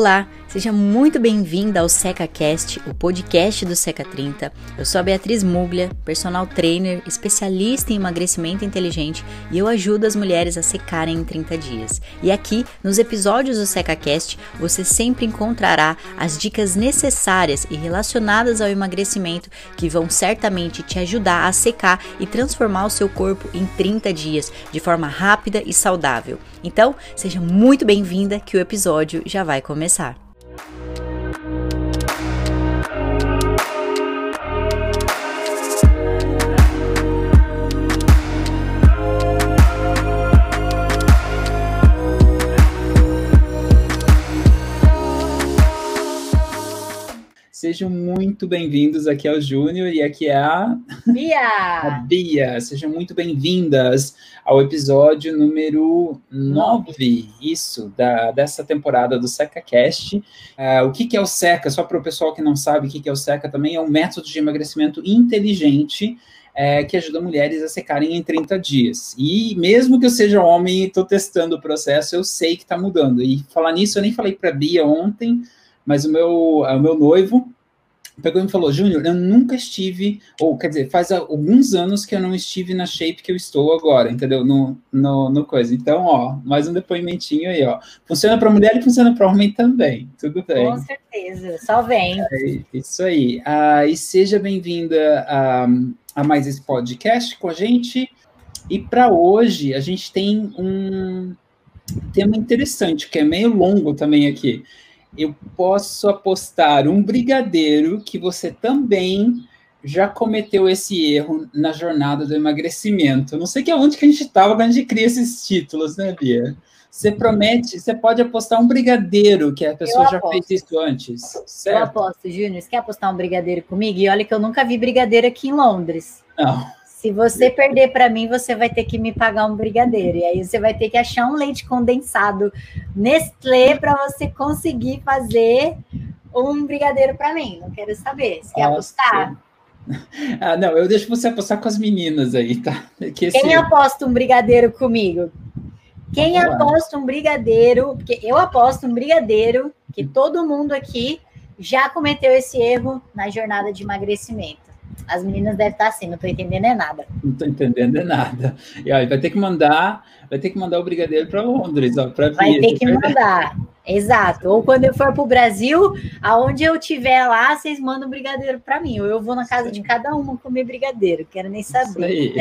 Olá, seja muito bem-vinda ao SecaCast, o podcast do Seca 30. Eu sou a Beatriz Muglia, personal trainer, especialista em emagrecimento inteligente e eu ajudo as mulheres a secarem em 30 dias. E aqui, nos episódios do SecaCast, você sempre encontrará as dicas necessárias e relacionadas ao emagrecimento que vão certamente te ajudar a secar e transformar o seu corpo em 30 dias, de forma rápida e saudável. Então, seja muito bem-vinda que o episódio já vai começar. Sejam muito bem-vindos, aqui é o Júnior e aqui é a Bia. Sejam muito bem-vindas ao episódio número 9, dessa temporada do SecaCast. O que é o Seca? Só para o pessoal que não sabe o que é o Seca também, é um método de emagrecimento inteligente que ajuda mulheres a secarem em 30 dias. E mesmo que eu seja homem e estou testando o processo, eu sei que está mudando. E falar nisso, eu nem falei para a Bia ontem, mas o meu noivo pegou e me falou: Júnior, eu nunca estive, ou quer dizer, faz alguns anos que eu não estive na shape que eu estou agora, entendeu? No coisa. Então, ó, mais um depoimentinho aí, ó. Funciona para mulher e funciona para homem também. Tudo bem. Com certeza, só vem. Isso aí. E seja bem-vinda a mais esse podcast com a gente. E para hoje, a gente tem um tema interessante, que é meio longo também aqui. Eu posso apostar um brigadeiro que você também já cometeu esse erro na jornada do emagrecimento. Não sei onde que a gente estava quando a gente cria esses títulos, né, Bia? Você pode apostar um brigadeiro que a pessoa já fez isso antes, certo? Eu aposto, Júnior. Você quer apostar um brigadeiro comigo? E olha que eu nunca vi brigadeiro aqui em Londres. Não. Se você perder para mim, você vai ter que me pagar um brigadeiro. E aí você vai ter que achar um leite condensado Nestlé para você conseguir fazer um brigadeiro para mim. Não quero saber. Você quer apostar? Não, eu deixo você apostar com as meninas aí, tá? Quem aposta um brigadeiro comigo? Quem aposta um brigadeiro? Porque eu aposto um brigadeiro que todo mundo aqui já cometeu esse erro na jornada de emagrecimento. As meninas devem estar assim, não estou entendendo nada. Não estou entendendo nada. E aí vai ter que mandar o brigadeiro para Londres, ó, para Vai ter que mandar, exato. Ou quando eu for para o Brasil, aonde eu estiver lá, vocês mandam brigadeiro para mim. Ou eu vou na casa de cada uma comer brigadeiro, quero nem saber.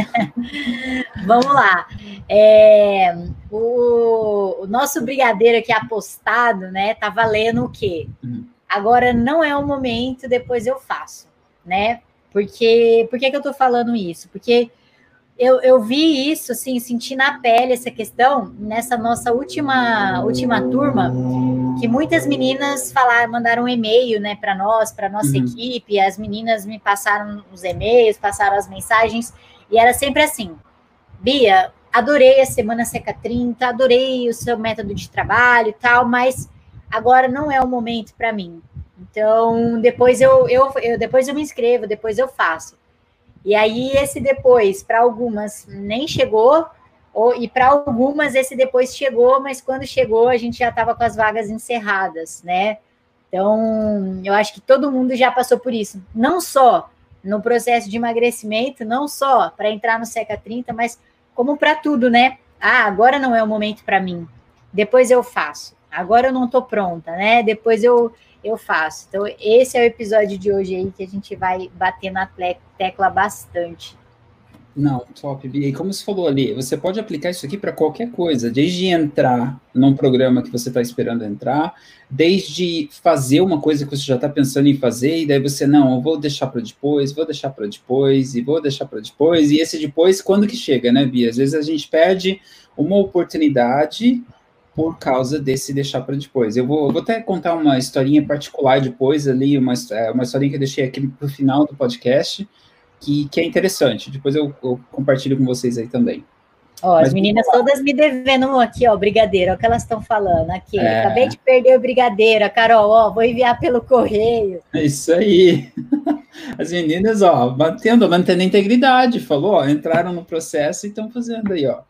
Vamos lá. O nosso brigadeiro aqui apostado, né? Tá valendo o quê? Agora não é o momento, depois eu faço, né? Por que eu estou falando isso? Porque eu vi isso, assim, senti na pele essa questão nessa nossa última turma, que muitas meninas mandaram um e-mail, né, para nossa equipe, as meninas me passaram os e-mails, passaram as mensagens, e era sempre assim: Bia, adorei a Semana Seca 30, adorei o seu método de trabalho e tal, mas agora não é o momento para mim. Então, depois eu me inscrevo, depois eu faço. E aí, esse depois, para algumas, nem chegou, e para algumas, esse depois chegou, mas quando chegou, a gente já estava com as vagas encerradas, né? Então, eu acho que todo mundo já passou por isso. Não só no processo de emagrecimento, não só para entrar no Seca 30, mas como para tudo, né? Agora não é o momento para mim. Depois eu faço. Agora eu não estou pronta, né? Depois eu faço. Então, esse é o episódio de hoje aí que a gente vai bater na tecla bastante. Não, top, Bia. E como você falou ali, você pode aplicar isso aqui para qualquer coisa, desde entrar num programa que você está esperando entrar, desde fazer uma coisa que você já está pensando em fazer, e daí você, não, eu vou deixar para depois, e esse depois, quando que chega, né, Bia? Às vezes a gente perde uma oportunidade por causa desse deixar para depois. Eu vou até contar uma historinha particular depois ali, uma historinha que eu deixei aqui para o final do podcast, que é interessante. Depois eu compartilho com vocês aí também. As meninas todas me devendo aqui, brigadeiro, o que elas estão falando aqui. Acabei de perder o brigadeiro, a Carol, vou enviar pelo correio. É isso aí. As meninas, mantendo a integridade, falou, entraram no processo e estão fazendo aí,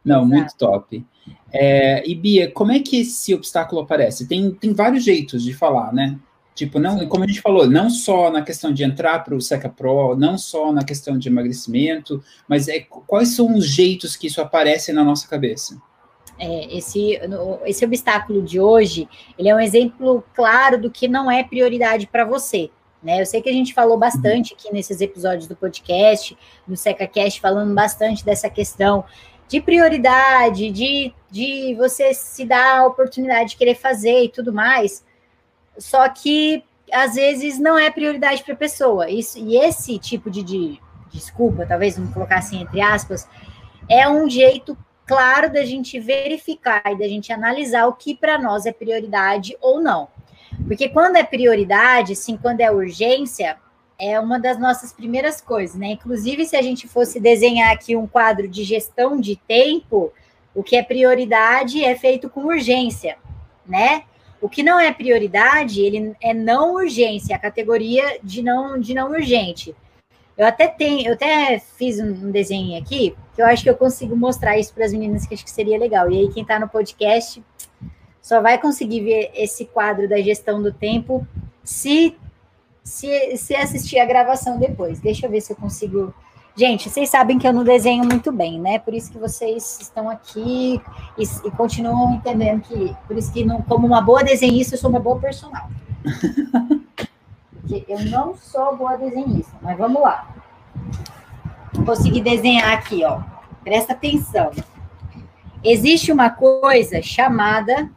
Não, exato. Muito top. E Bia, como é que esse obstáculo aparece? Tem vários jeitos de falar, né? Tipo, não, como a gente falou, não só na questão de entrar para o Seca Pro, não só na questão de emagrecimento, mas quais são os jeitos que isso aparece na nossa cabeça? Esse obstáculo de hoje, ele é um exemplo claro do que não é prioridade para você, né? Eu sei que a gente falou bastante aqui nesses episódios do podcast, no SecaCast, falando bastante dessa questão de prioridade, de você se dar a oportunidade de querer fazer e tudo mais, só que às vezes não é prioridade para a pessoa. E esse tipo de desculpa, talvez vamos colocar assim entre aspas, é um jeito claro da gente verificar e da gente analisar o que para nós é prioridade ou não. Porque quando é prioridade, assim, quando é urgência, é uma das nossas primeiras coisas, né? Inclusive, se a gente fosse desenhar aqui um quadro de gestão de tempo, o que é prioridade é feito com urgência, né? O que não é prioridade, ele é não urgência, a categoria de não urgente. Eu até fiz um desenho aqui, que eu acho que eu consigo mostrar isso para as meninas, que acho que seria legal. E aí, quem está no podcast só vai conseguir ver esse quadro da gestão do tempo se assistir a gravação depois. Deixa eu ver se eu consigo... Gente, vocês sabem que eu não desenho muito bem, né? Por isso que vocês estão aqui e continuam entendendo que... Por isso que, como uma boa desenhista, eu sou uma boa personal. Porque eu não sou boa desenhista, mas vamos lá. Consegui desenhar aqui, ó. Presta atenção. Existe uma coisa chamada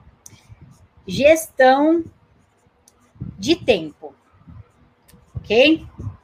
gestão de tempo. Ok?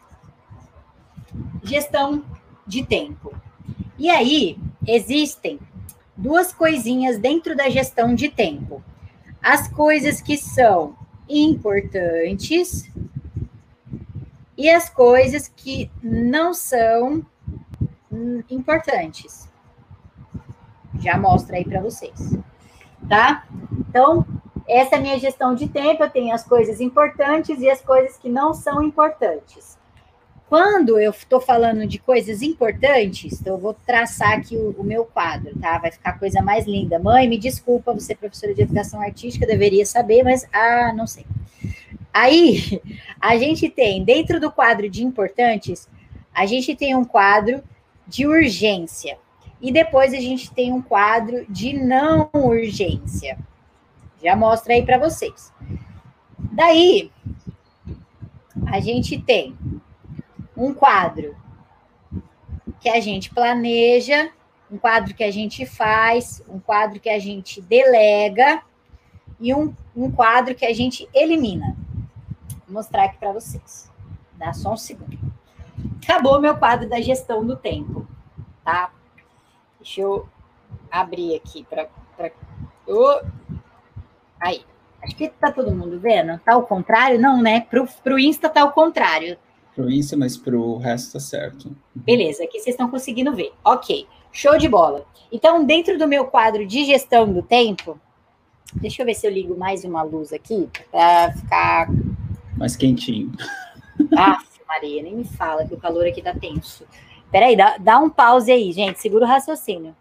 Gestão de tempo. E aí, existem duas coisinhas dentro da gestão de tempo. As coisas que são importantes e as coisas que não são importantes. Já mostro aí para vocês, tá? Então, essa é a minha gestão de tempo. Eu tenho as coisas importantes e as coisas que não são importantes. Quando eu estou falando de coisas importantes, então eu vou traçar aqui o meu quadro, tá? Vai ficar a coisa mais linda. Mãe, me desculpa, você é professora de educação artística, deveria saber, mas, não sei. Aí, a gente tem, dentro do quadro de importantes, a gente tem um quadro de urgência. E depois a gente tem um quadro de não urgência. Já mostro aí para vocês. Daí, a gente tem um quadro que a gente planeja, um quadro que a gente faz, um quadro que a gente delega e um quadro que a gente elimina. Vou mostrar aqui para vocês. Dá só um segundo. Acabou meu quadro da gestão do tempo, tá? Deixa eu abrir aqui para... Aí. Acho que tá todo mundo vendo. Tá ao contrário? Não, né? Pro Insta tá ao contrário. Pro Insta, mas pro resto tá certo. Beleza, aqui vocês estão conseguindo ver. Ok, show de bola. Então, dentro do meu quadro de gestão do tempo, deixa eu ver se eu ligo mais uma luz aqui para ficar... mais quentinho. Maria, nem me fala que o calor aqui tá tenso. Peraí, dá um pause aí, gente. Segura o raciocínio.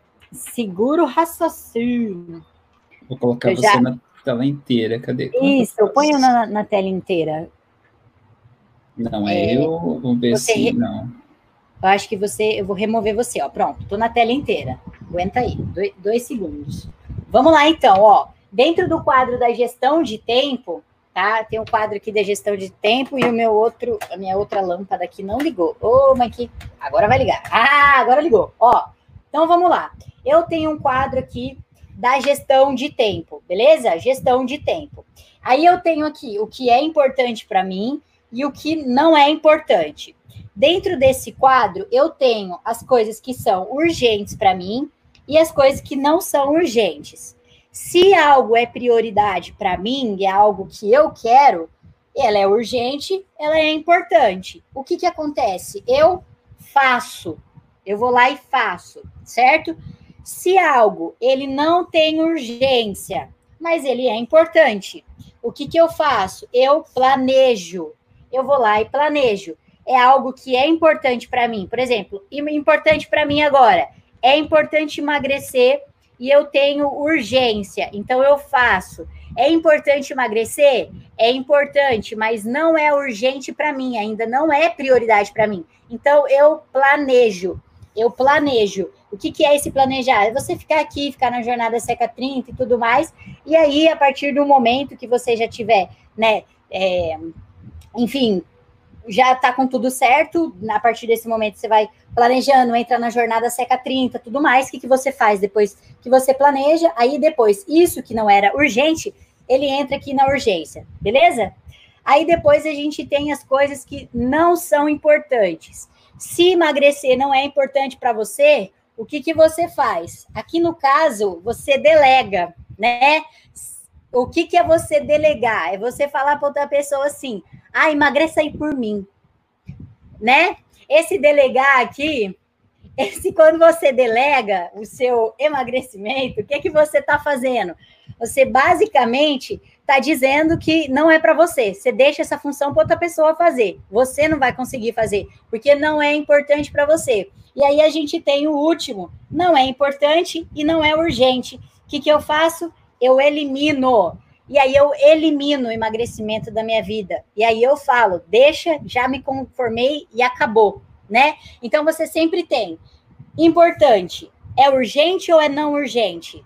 Vou colocar você na tela inteira. Cadê? Isso, eu ponho na tela inteira. Não, eu vou ver se não. Eu acho que eu vou remover você, ó. Pronto, tô na tela inteira. Aguenta aí, 2 segundos. Vamos lá, então, ó. Dentro do quadro da gestão de tempo, tá? Tem um quadro aqui da gestão de tempo e a minha outra lâmpada aqui não ligou. Mas que... Agora vai ligar. Agora ligou. Ó, então vamos lá. Eu tenho um quadro aqui da gestão de tempo, beleza? Gestão de tempo. Aí eu tenho aqui o que é importante para mim e o que não é importante. Dentro desse quadro, eu tenho as coisas que são urgentes para mim e as coisas que não são urgentes. Se algo é prioridade para mim, é algo que eu quero, ela é urgente, ela é importante. O que acontece? Eu faço. Eu vou lá e faço, certo? Se algo, ele não tem urgência, mas ele é importante, o que eu faço? Eu planejo. Eu vou lá e planejo. É algo que é importante para mim. Por exemplo, importante para mim agora é importante emagrecer e eu tenho urgência, então eu faço. É importante emagrecer? É importante, mas não é urgente para mim, ainda não é prioridade para mim. Então, eu planejo. O que é esse planejar? É você ficar aqui, ficar na jornada Seca 30 e tudo mais, e aí, a partir do momento que você já tiver, né, enfim, já está com tudo certo, a partir desse momento você vai planejando, entra na jornada Seca 30, tudo mais, o que você faz depois que você planeja? Aí depois, isso que não era urgente, ele entra aqui na urgência, beleza? Aí depois a gente tem as coisas que não são importantes. Se emagrecer não é importante para você, o que você faz? Aqui no caso, você delega, né? O que é você delegar? É você falar para outra pessoa assim, emagreça aí por mim, né? Esse delegar aqui, quando você delega o seu emagrecimento, o que você está fazendo? Você basicamente está dizendo que não é para você. Você deixa essa função para outra pessoa fazer. Você não vai conseguir fazer, porque não é importante para você. E aí a gente tem o último, não é importante e não é urgente. O que eu faço? Eu elimino. E aí eu elimino o emagrecimento da minha vida. E aí eu falo, deixa, já me conformei e acabou, né? Então você sempre tem importante, é urgente ou é não urgente?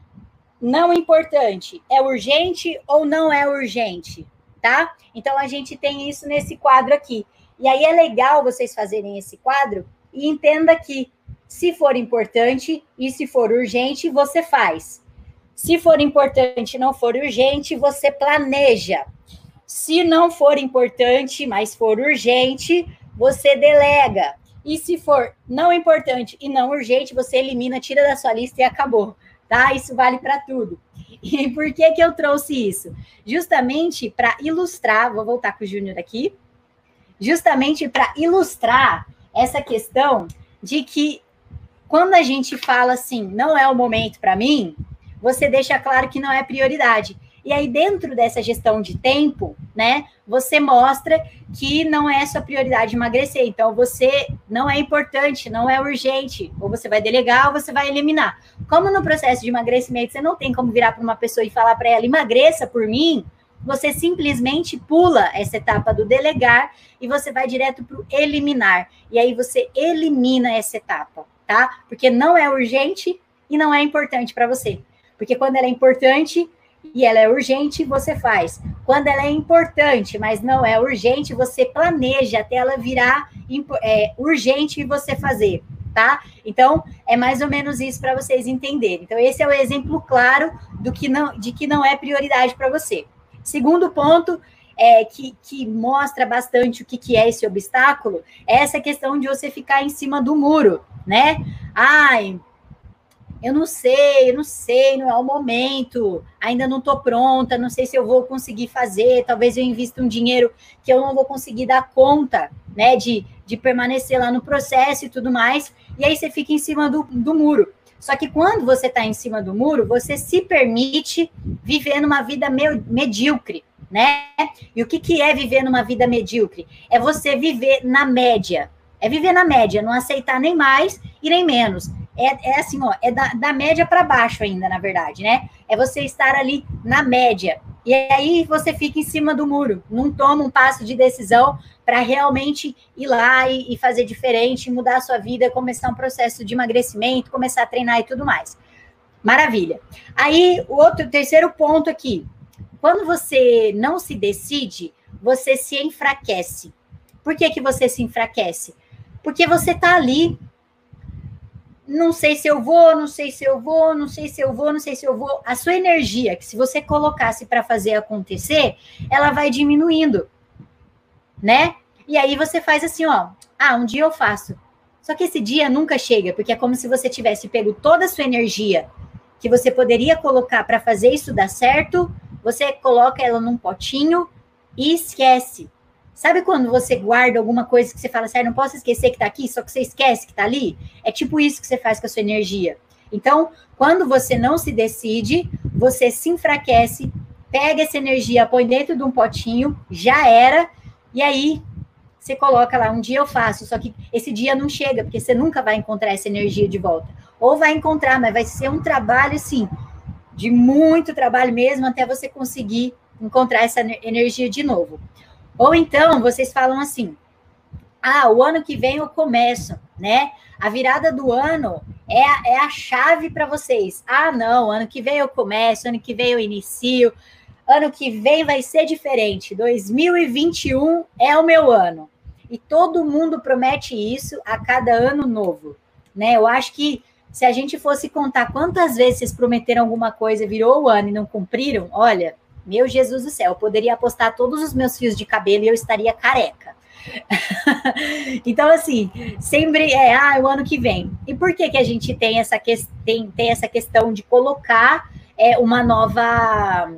Não importante, é urgente ou não é urgente, tá? Então a gente tem isso nesse quadro aqui. E aí é legal vocês fazerem esse quadro e entenda que se for importante e se for urgente, você faz. Se for importante e não for urgente, você planeja. Se não for importante, mas for urgente, você delega. E se for não importante e não urgente, você elimina, tira da sua lista e acabou, tá? Isso vale para tudo. E por que eu trouxe isso? Justamente para ilustrar, vou voltar com o Júnior aqui, justamente para ilustrar essa questão de que quando a gente fala assim, não é o momento para mim, você deixa claro que não é prioridade. E aí, dentro dessa gestão de tempo, né, você mostra que não é sua prioridade emagrecer. Então, você não é importante, não é urgente. Ou você vai delegar ou você vai eliminar. Como no processo de emagrecimento, você não tem como virar para uma pessoa e falar para ela, emagreça por mim, você simplesmente pula essa etapa do delegar e você vai direto para o eliminar. E aí, você elimina essa etapa, tá? Porque não é urgente e não é importante para você. Porque quando ela é importante e ela é urgente, você faz. Quando ela é importante, mas não é urgente, você planeja até ela virar urgente e você fazer, tá? Então, é mais ou menos isso para vocês entenderem. Então, esse é o exemplo claro de que não é prioridade para você. Segundo ponto, que mostra bastante o que é esse obstáculo, é essa questão de você ficar em cima do muro, né? Eu não sei, não é o momento, ainda não estou pronta, não sei se eu vou conseguir fazer, talvez eu invista um dinheiro que eu não vou conseguir dar conta, né, de permanecer lá no processo e tudo mais, e aí você fica em cima do muro. Só que quando você está em cima do muro, você se permite viver numa vida medíocre, né? E o que é viver numa vida medíocre? É você viver na média. É viver na média, não aceitar nem mais e nem menos. É assim, ó, é da média para baixo ainda, na verdade, né? É você estar ali na média. E aí você fica em cima do muro, não toma um passo de decisão para realmente ir lá e fazer diferente, mudar a sua vida, começar um processo de emagrecimento, começar a treinar e tudo mais. Maravilha. Aí, o terceiro ponto aqui. Quando você não se decide, você se enfraquece. Por que você se enfraquece? Porque você está ali, não sei se eu vou, não sei se eu vou, não sei se eu vou, não sei se eu vou. A sua energia, que se você colocasse para fazer acontecer, ela vai diminuindo, né? E aí você faz assim, ó, um dia eu faço. Só que esse dia nunca chega, porque é como se você tivesse pego toda a sua energia que você poderia colocar para fazer isso dar certo, você coloca ela num potinho e esquece. Sabe quando você guarda alguma coisa que você fala assim, não posso esquecer que tá aqui, só que você esquece que tá ali? É tipo isso que você faz com a sua energia. Então, quando você não se decide, você se enfraquece, pega essa energia, põe dentro de um potinho, já era, e aí você coloca lá, um dia eu faço, só que esse dia não chega, porque você nunca vai encontrar essa energia de volta. Ou vai encontrar, mas vai ser um trabalho, assim, de muito trabalho mesmo, até você conseguir encontrar essa energia de novo. Ou então, vocês falam assim, o ano que vem eu começo, né? A virada do ano é a chave para vocês. Não, ano que vem eu começo, ano que vem eu inicio, ano que vem vai ser diferente. 2021 é o meu ano. E todo mundo promete isso a cada ano novo, né? Eu acho que se a gente fosse contar quantas vezes vocês prometeram alguma coisa, virou o ano e não cumpriram, olha, meu Jesus do céu, eu poderia apostar todos os meus fios de cabelo e eu estaria careca. Então, assim, sempre o ano que vem. E por que a gente tem essa questão de colocar uma nova...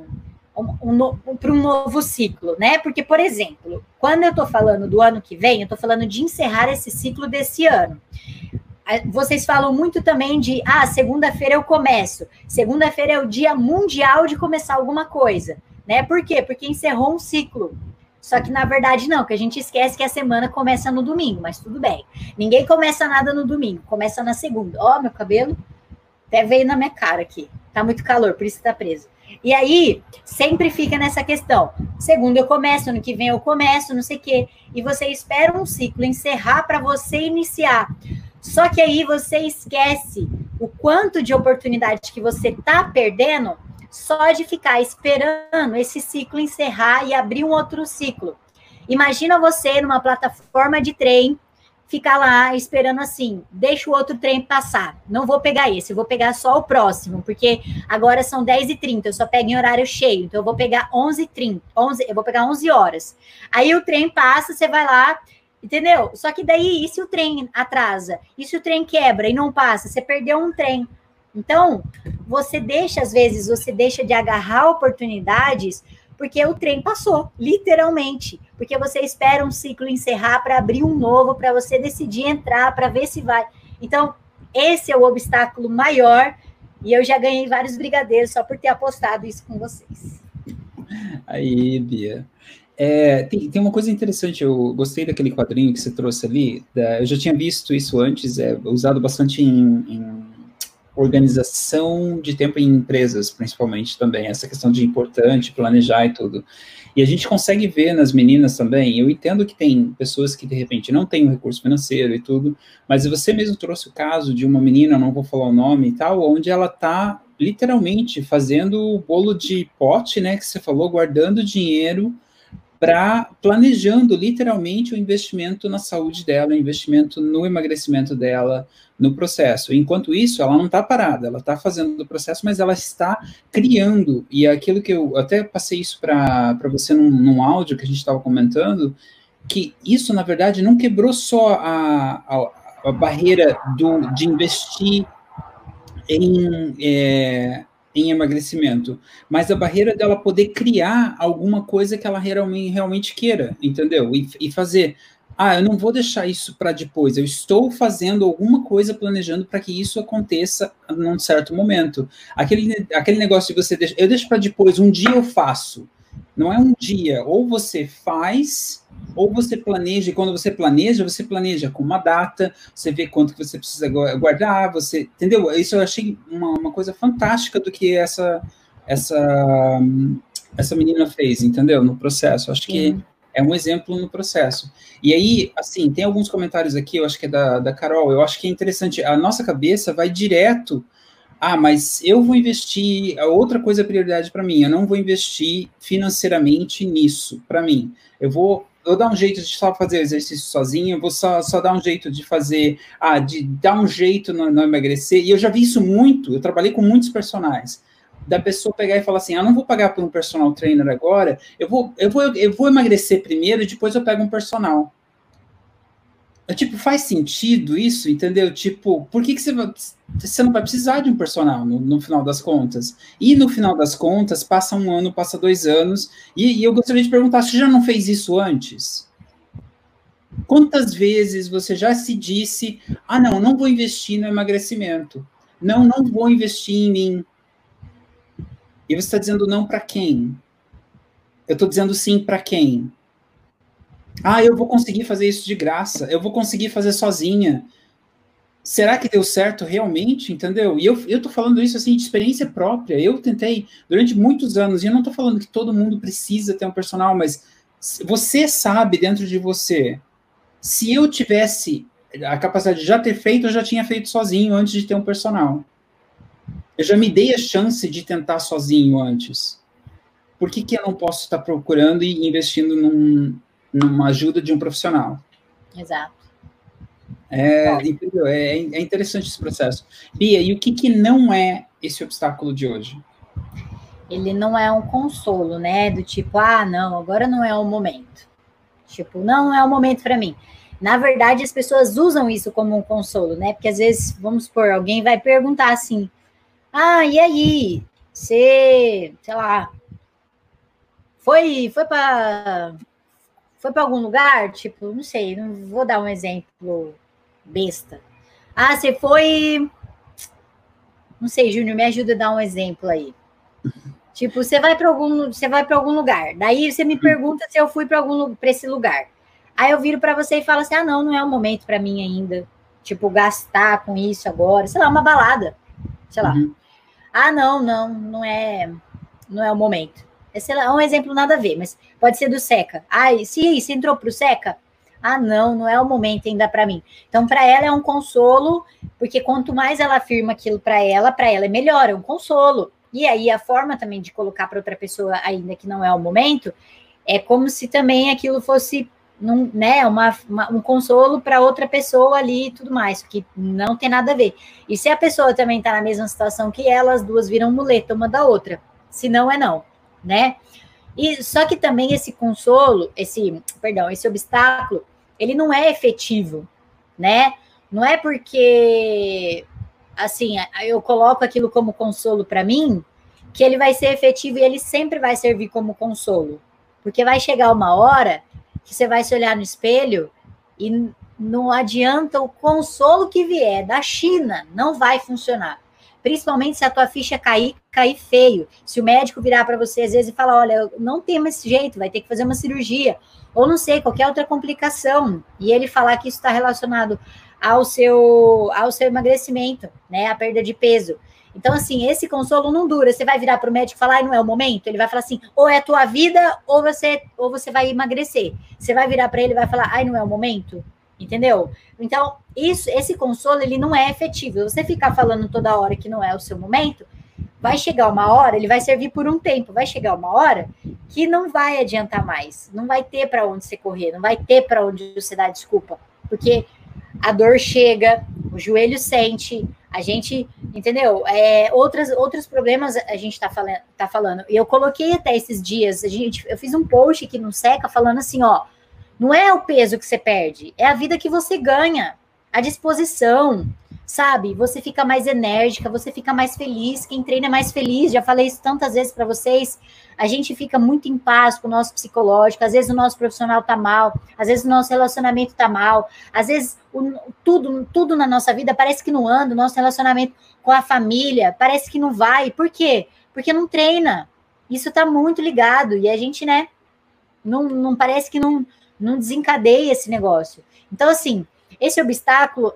para um novo ciclo, né? Porque, por exemplo, quando eu estou falando do ano que vem, eu estou falando de encerrar esse ciclo desse ano. Vocês falam muito também de, segunda-feira eu começo. Segunda-feira é o dia mundial de começar alguma coisa, né? Por quê? Porque encerrou um ciclo. Só que, na verdade, não, que a gente esquece que a semana começa no domingo, mas tudo bem. Ninguém começa nada no domingo, começa na segunda. Meu cabelo até veio na minha cara aqui. Tá muito calor, por isso que tá preso. E aí, sempre fica nessa questão. Segunda eu começo, ano que vem eu começo, não sei o quê. E você espera um ciclo encerrar para você iniciar. Só que aí você esquece o quanto de oportunidade que você tá perdendo só de ficar esperando esse ciclo encerrar e abrir um outro ciclo. Imagina você numa plataforma de trem, ficar lá esperando assim, deixa o outro trem passar. Não vou pegar esse, eu vou pegar só o próximo, porque agora são 10h30, eu só pego em horário cheio, então eu vou pegar 11h30, eu vou pegar 11 horas. Aí o trem passa, você vai lá, entendeu? Só que daí, e se o trem atrasa? E se o trem quebra e não passa? Você perdeu um trem. Então, às vezes, você deixa de agarrar oportunidades porque o trem passou, literalmente. Porque você espera um ciclo encerrar para abrir um novo, para você decidir entrar, para ver se vai. Então, esse é o obstáculo maior e eu já ganhei vários brigadeiros só por ter apostado isso com vocês. Aí, Bia. Tem uma coisa interessante, eu gostei daquele quadrinho que você trouxe ali, eu já tinha visto isso antes, usado bastante em organização de tempo em empresas, principalmente também, essa questão de importante, planejar e tudo. E a gente consegue ver nas meninas também, eu entendo que tem pessoas que, de repente, não têm um recurso financeiro e tudo, mas você mesmo trouxe o caso de uma menina, não vou falar o nome e tal, onde ela está literalmente fazendo o bolo de pote, né, que você falou, guardando dinheiro planejando literalmente o investimento na saúde dela, o investimento no emagrecimento dela, no processo. Enquanto isso, ela não está parada, ela está fazendo o processo, mas ela está criando, e aquilo que eu até passei isso para você num áudio que a gente estava comentando, que isso, na verdade, não quebrou só a barreira de investir em emagrecimento, mas a barreira dela poder criar alguma coisa que ela realmente queira, entendeu? E fazer, eu não vou deixar isso para depois, eu estou fazendo alguma coisa, planejando para que isso aconteça num certo momento. Aquele negócio de você deixar, eu deixo para depois, um dia eu faço. Não é um dia, ou você faz, ou você planeja, e quando você planeja com uma data, você vê quanto que você precisa guardar, você, entendeu? Isso eu achei uma coisa fantástica do que essa menina fez, entendeu? No processo, acho que é um exemplo no processo. E aí, assim, tem alguns comentários aqui, eu acho que é da Carol, eu acho que é interessante, a nossa cabeça vai direto, mas eu vou investir, outra coisa é prioridade para mim, eu não vou investir financeiramente nisso, para mim. Eu vou dar um jeito de só fazer exercício sozinho, eu vou só dar um jeito de fazer, de dar um jeito no emagrecer, e eu já vi isso muito, eu trabalhei com muitos personagens, da pessoa pegar e falar assim, não vou pagar por um personal trainer agora, eu vou emagrecer primeiro e depois eu pego um personal. Tipo, faz sentido isso, entendeu? Tipo, por que você não vai precisar de um personal no final das contas? E no final das contas, passa 1 ano, passa 2 anos, e eu gostaria de perguntar, você já não fez isso antes? Quantas vezes você já se disse, não vou investir no emagrecimento, não vou investir em mim? E você está dizendo não para quem? Eu estou dizendo sim para quem? Ah, eu vou conseguir fazer isso de graça, eu vou conseguir fazer sozinha. Será que deu certo realmente, entendeu? E eu tô falando isso, assim, de experiência própria. Eu tentei durante muitos anos, e eu não tô falando que todo mundo precisa ter um personal, mas você sabe dentro de você, se eu tivesse a capacidade de já ter feito, eu já tinha feito sozinho antes de ter um personal. Eu já me dei a chance de tentar sozinho antes. Por que eu não posso estar procurando e investindo numa ajuda de um profissional? Exato. É interessante esse processo. Bia, e o que não é esse obstáculo de hoje? Ele não é um consolo, né? Do tipo, ah, não, agora não é o momento. Tipo, não é o momento para mim. Na verdade, as pessoas usam isso como um consolo, né? Porque às vezes, vamos supor, alguém vai perguntar assim: ah, e aí? Você, sei lá, foi para algum lugar? Tipo, não sei, não vou dar um exemplo besta. Ah, você foi. Não sei, Júnior, me ajuda a dar um exemplo aí. Tipo, você vai para algum lugar. Daí você me pergunta se eu fui para esse lugar. Aí eu viro para você e falo assim: "Ah, não é o momento para mim ainda. Tipo, gastar com isso agora, sei lá, uma balada, sei lá. Ah, não é o momento. Esse é um exemplo nada a ver, mas pode ser do Seca. Ai, se você entrou pro Seca? Ah, não é o momento ainda para mim. Então, para ela é um consolo, porque quanto mais ela afirma aquilo para ela é melhor, é um consolo. E aí a forma também de colocar para outra pessoa, ainda que não é o momento, é como se também aquilo fosse né, um consolo para outra pessoa ali e tudo mais, que não tem nada a ver. E se a pessoa também está na mesma situação que ela, as duas viram muleta uma da outra. Se não, é não, né? E só que também esse consolo, esse obstáculo, ele não é efetivo, né? Não é porque assim, eu coloco aquilo como consolo para mim, que ele vai ser efetivo e ele sempre vai servir como consolo. Porque vai chegar uma hora que você vai se olhar no espelho e não adianta o consolo que vier da China, não vai funcionar. Principalmente se a tua ficha cair feio. Se o médico virar para você às vezes e falar, olha, não tem mais jeito, vai ter que fazer uma cirurgia, ou não sei, qualquer outra complicação, e ele falar que isso está relacionado ao seu emagrecimento, né, a perda de peso. Então, assim, esse consolo não dura. Você vai virar para o médico e falar, não é o momento? Ele vai falar assim, ou é a tua vida, ou você vai emagrecer. Você vai virar para ele e vai falar, ai, não é o momento? Entendeu? Então, esse consolo, ele não é efetivo. Você ficar falando toda hora que não é o seu momento, vai chegar uma hora, ele vai servir por um tempo, vai chegar uma hora que não vai adiantar mais. Não vai ter para onde você correr, não vai ter para onde você dar desculpa. Porque a dor chega, o joelho sente, a gente, entendeu? Outros problemas a gente tá falando. E eu coloquei até esses dias, eu fiz um post aqui no Seca falando assim, ó, não é o peso que você perde, é a vida que você ganha, a disposição, sabe? Você fica mais enérgica, você fica mais feliz, quem treina é mais feliz, já falei isso tantas vezes para vocês, a gente fica muito em paz com o nosso psicológico, às vezes o nosso profissional tá mal, às vezes o nosso relacionamento tá mal, às vezes tudo na nossa vida parece que não anda, o nosso relacionamento com a família parece que não vai, por quê? Porque não treina, isso tá muito ligado, e a gente, né, não parece que não desencadeia esse negócio. Então, assim, esse obstáculo,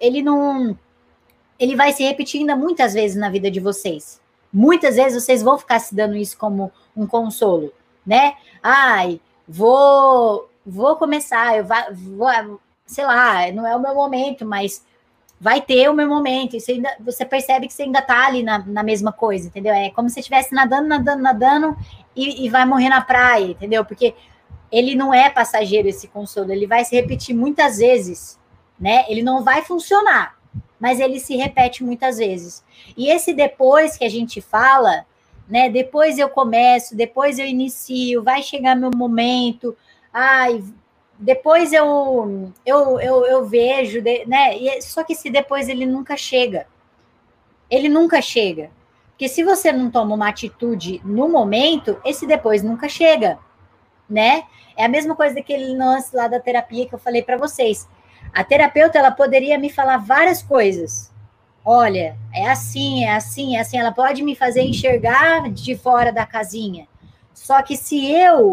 ele vai se repetir ainda muitas vezes na vida de vocês. Muitas vezes vocês vão ficar se dando isso como um consolo, né? Ai, vou começar, vou, sei lá, não é o meu momento, mas vai ter o meu momento. Você percebe que você ainda tá ali na mesma coisa, entendeu? É como se estivesse nadando e vai morrer na praia, entendeu? Porque ele não é passageiro, esse consolo, ele vai se repetir muitas vezes, né? Ele não vai funcionar, mas ele se repete muitas vezes. E esse depois que a gente fala, né? Depois eu começo, depois eu inicio, vai chegar meu momento, ai, depois eu vejo, né? Só que esse depois ele nunca chega. Ele nunca chega. Porque se você não toma uma atitude no momento, esse depois nunca chega, né? É a mesma coisa daquele lance lá da terapia que eu falei para vocês. A terapeuta, ela poderia me falar várias coisas. Olha, é assim, é assim, é assim. Ela pode me fazer enxergar de fora da casinha. Só que se eu